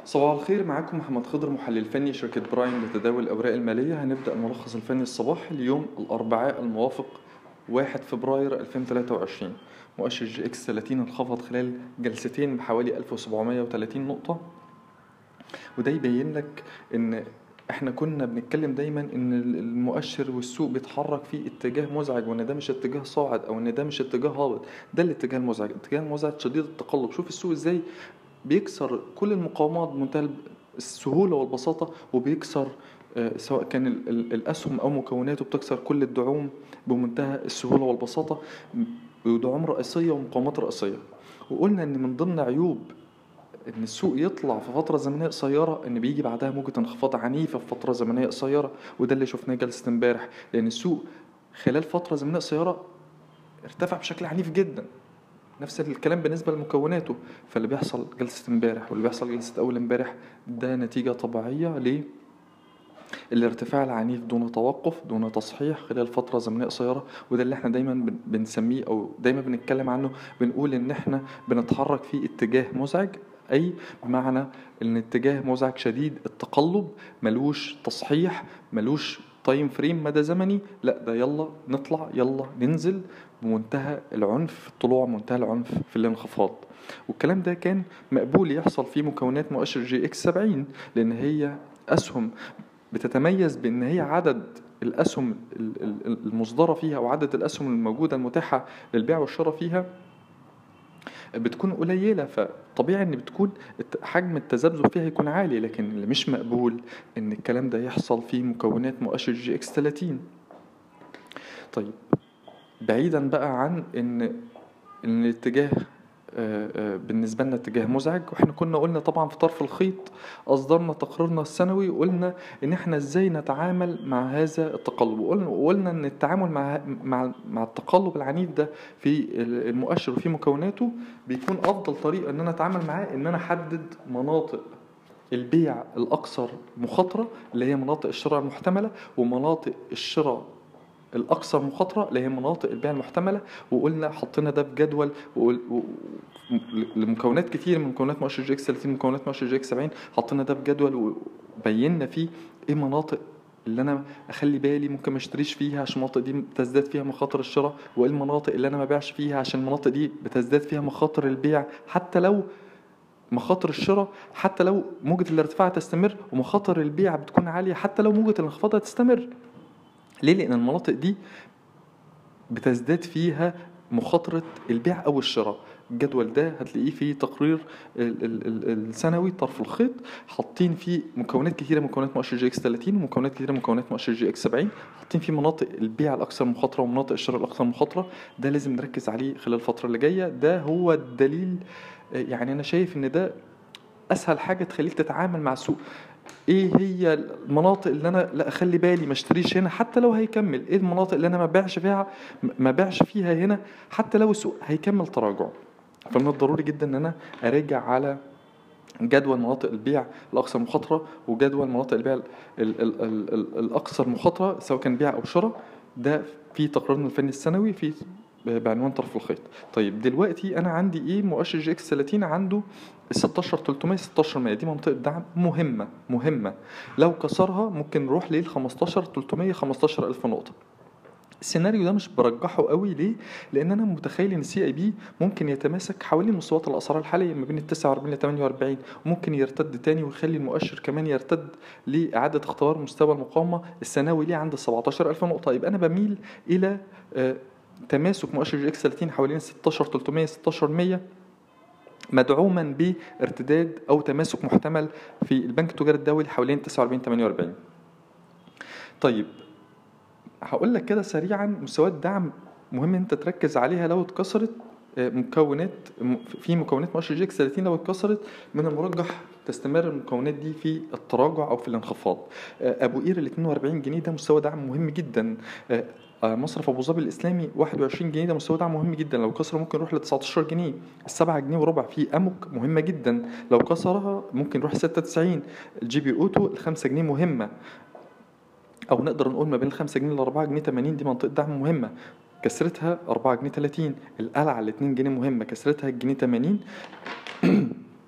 صباح الخير، معاكم محمد خضر، محلل فني شركة برايم لتداول الأوراق المالية. هنبدأ الملخص الفني الصباحي ليوم الأربعاء الموافق 1 فبراير 2023. مؤشر جي اكس 30 انخفض خلال جلستين بحوالي 1730 نقطة، وده يبين لك ان احنا كنا بنتكلم دايما ان المؤشر والسوق بيتحرك في اتجاه مزعج، وان ده مش اتجاه صاعد او ان ده مش اتجاه هابط. ده الاتجاه المزعج، الاتجاه المزعج شديد التقلب. شوف السوق ازاي بيكسر كل المقاومات بمنتهى السهولة والبساطة، وبيكسر سواء كان الأسهم أو مكوناته، بتكسر كل الدعوم بمنتهى السهولة والبساطة، ودعوم رئيسية ومقاومات رئيسية. وقلنا إن من ضمن عيوب إن السوق يطلع في فترة زمنية قصيرة إن بيجي بعدها موجة انخفاض عنيفة في فترة زمنية قصيرة، وده اللي شفناه جلسة امبارح. لأن السوق خلال فترة زمنية قصيرة ارتفع بشكل عنيف جدا. نفس الكلام بالنسبة لمكوناته. فاللي بيحصل جلسة امبارح واللي بيحصل جلسة أول امبارح ده نتيجة طبيعية للارتفاع العنيف دون توقف دون تصحيح خلال فترة زمنية قصيرة. وده اللي احنا دايما بنسميه أو دايما بنتكلم عنه، بنقول إن احنا بنتحرك في اتجاه مزعج، أي بمعنى إن اتجاه مزعج شديد التقلب، ملوش تصحيح، ملوش تايم فريم مدى زمني. لا، ده يلا نطلع يلا ننزل بمنتهى العنف في الطلوع، منتهى العنف في الانخفاض. والكلام ده كان مقبول يحصل في مكونات مؤشر جي اكس 70، لان هي اسهم بتتميز بان هي عدد الاسهم المصدرة فيها او عدد الاسهم الموجودة المتاحة للبيع والشراء فيها بتكون قليلة، فطبيعي ان بتكون حجم التذبذب فيها يكون عالي. لكن اللي مش مقبول ان الكلام ده يحصل في مكونات مؤشر جي اكس 30. طيب، بعيدا بقى عن ان الاتجاه بالنسبة لنا اتجاه مزعج، واحنا كنا قلنا طبعا في طرف الخيط اصدرنا تقريرنا السنوي، وقلنا ان احنا ازاي نتعامل مع هذا التقلب، وقلنا ان التعامل مع التقلب العنيف ده في المؤشر وفي مكوناته بيكون افضل طريقة ان انا اتعامل معاه ان انا احدد مناطق البيع الاكثر مخاطرة اللي هي مناطق الشراء المحتملة، ومناطق الشراء الأكثر مخاطرة اللي هي مناطق البيع المحتملة. وقلنا حطينا ده بجدول لمكونات كتير من مكونات مؤشر جي اكس 30، مكونات مؤشر جي اكس 70. حطينا ده بجدول وبينا فيه ايه مناطق اللي انا اخلي بالي ممكن ما اشتريش فيها عشان المناطق دي بتزداد فيها مخاطر الشراء، وايه المناطق اللي انا ما بيعش فيها عشان المناطق دي بتزداد فيها مخاطر البيع، حتى لو مخاطر الشراء حتى لو موجة الارتفاع تستمر، ومخاطر البيع بتكون عالية حتى لو موجة الانخفاض تستمر. ليه؟ لأن المناطق دي بتزداد فيها مخاطرة البيع أو الشراء. الجدول ده هتلاقيه في تقرير السنوي طرف الخيط، حاطين فيه مكونات كثيرة، مكونات مؤشر جي اكس 30 ومكونات كثيرة مكونات مؤشر جي اكس 70، حاطين فيه مناطق البيع الأكثر مخاطرة ومناطق الشراء الأكثر مخاطرة. ده لازم نركز عليه خلال الفترة اللي جاية. ده هو الدليل، يعني أنا شايف إن ده أسهل حاجة تخليك تتعامل مع السوق. ايه هي المناطق اللي انا لا اخلي بالي ما اشتريش هنا حتى لو هيكمل؟ ايه المناطق اللي انا ما بيعش فيها هنا حتى لو السوق هيكمل تراجع؟ فمن الضروري جدا ان انا اراجع على جدول مناطق البيع الاكثر مخاطره وجدول مناطق البيع الاكثر مخاطره سواء كان بيع او شراء. ده في تقريرنا الفني السنوي في بعنوان طرف الخيط. طيب دلوقتي انا عندي ايه؟ مؤشر جي اكس 30 عنده 16300 16100، دي منطقه دعم مهمه. لو كسرها ممكن نروح لل 15300 15000 نقطه. السيناريو ده مش برجحه قوي. ليه؟ لان انا متخيل ان السي اي بي ممكن يتماسك حوالين مستويات الاسعار الحاليه ما بين ال 49 ل 48، وممكن يرتد تاني ويخلي المؤشر كمان يرتد لاعاده اختبار مستوى المقاومه السنوي ليه عند 17000 نقطه. يبقى انا بميل الى تماسك مؤشر جي اكس 30 حوالين 16300 16100، مدعوما بارتداد او تماسك محتمل في البنك التجاري الدولي حوالين 49 48. طيب هقول لك كده سريعا مستويات دعم مهم انت تركز عليها لو اتكسرت. مكونات مؤشر جي اكس 30 لو اتكسرت من المرجح تستمر المكونات دي في التراجع او في الانخفاض. ابو قير ال 42 جنيه ده مستوى دعم مهم جدا. مصرف ابو ظبي الاسلامي 21 جنيه ده مستوى دعم مهم جدا، لو كسره ممكن يروح ل 19 جنيه. ال7 جنيه وربع في امك مهمه جدا، لو كسرها ممكن يروح 96. الجي بي اوتو ال5 جنيه مهمه، او نقدر نقول ما بين 5 جنيه ل 4 جنيه 80 دي منطقه دعم مهمه، كسرتها 4 جنيه 30. القلعه ال 2 جنيه مهمه، كسرتها الجنيه 80.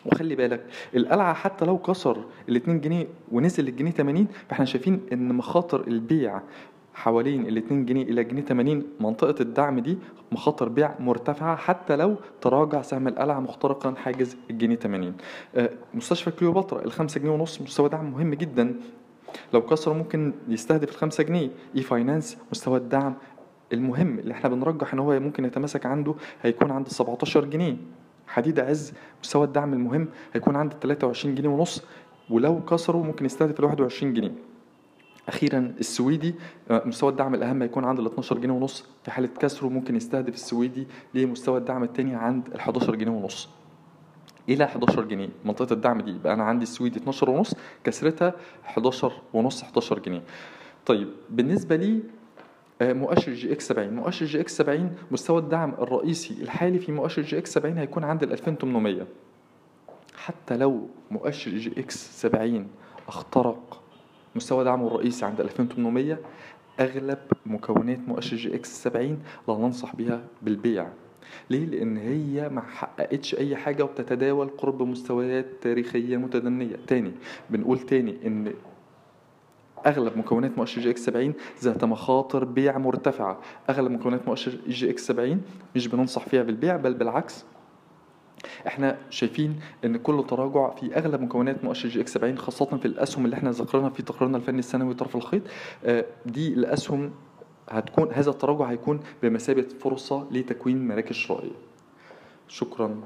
وخلي بالك القلعة حتى لو كسر ال2 جنيه ونزل للجنيه 80، فاحنا شايفين ان مخاطر البيع حوالين ال2 جنيه إلى جنيه 80 منطقة الدعم دي مخاطر بيع مرتفعة حتى لو تراجع سهم القلعة مخترقا حاجز الجنيه 80. مستشفى كليوباترا ال5 جنيه ونص مستوى دعم مهم جدا، لو كسر ممكن يستهدف ال5 جنيه. اي فاينانس مستوى الدعم المهم اللي احنا بنرجح ان هو ممكن يتماسك عنده هيكون عند 17 جنيه. حديد عز مستوى الدعم المهم هيكون عند 23 جنيه ونص، ولو كسروا ممكن يستهدف ال 21 جنيه. اخيرا السويدي مستوى الدعم الاهم هيكون عند ال 12 جنيه ونص، في حاله كسره ممكن يستهدف السويدي لمستوى الدعم الثاني عند ال 11 جنيه ونص الى 11 جنيه. منطقه الدعم دي يبقى انا عندي السويدي 12 ونص، كسرتها 11 ونص 11 جنيه. طيب بالنسبه لي مؤشر جي اكس 70، مؤشر جي اكس 70 مستوى الدعم الرئيسي الحالي في مؤشر جي اكس 70 هيكون عند ال 2800. حتى لو مؤشر جي اكس 70 اخترق مستوى دعمه الرئيسي عند 2800، اغلب مكونات مؤشر جي اكس 70 لا ننصح بها بالبيع. ليه؟ لان هي ما حققتش اي حاجه وبتتداول قرب مستويات تاريخيه متدنيه. بنقول تاني ان اغلب مكونات مؤشر جي اكس 70 ذات مخاطر بيع مرتفعه. اغلب مكونات مؤشر جي اكس 70 مش بننصح فيها بالبيع، بل بالعكس احنا شايفين ان كل تراجع في اغلب مكونات مؤشر جي اكس 70 خاصه في الاسهم اللي احنا ذكرنا في تقريرنا الفني السنوي طرف الخيط، دي الاسهم هتكون هذا التراجع هيكون بمثابه فرصه لتكوين مراكز شرائيه. شكرا.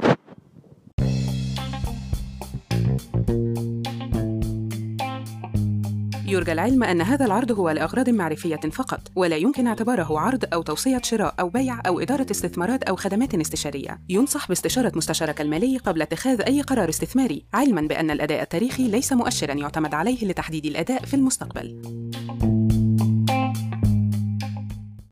يرجى العلم أن هذا العرض هو لأغراض معرفية فقط، ولا يمكن اعتباره عرض أو توصية شراء أو بيع أو إدارة استثمارات أو خدمات استشارية. ينصح باستشارة مستشارك المالي قبل اتخاذ أي قرار استثماري، علماً بأن الأداء التاريخي ليس مؤشراً يعتمد عليه لتحديد الأداء في المستقبل.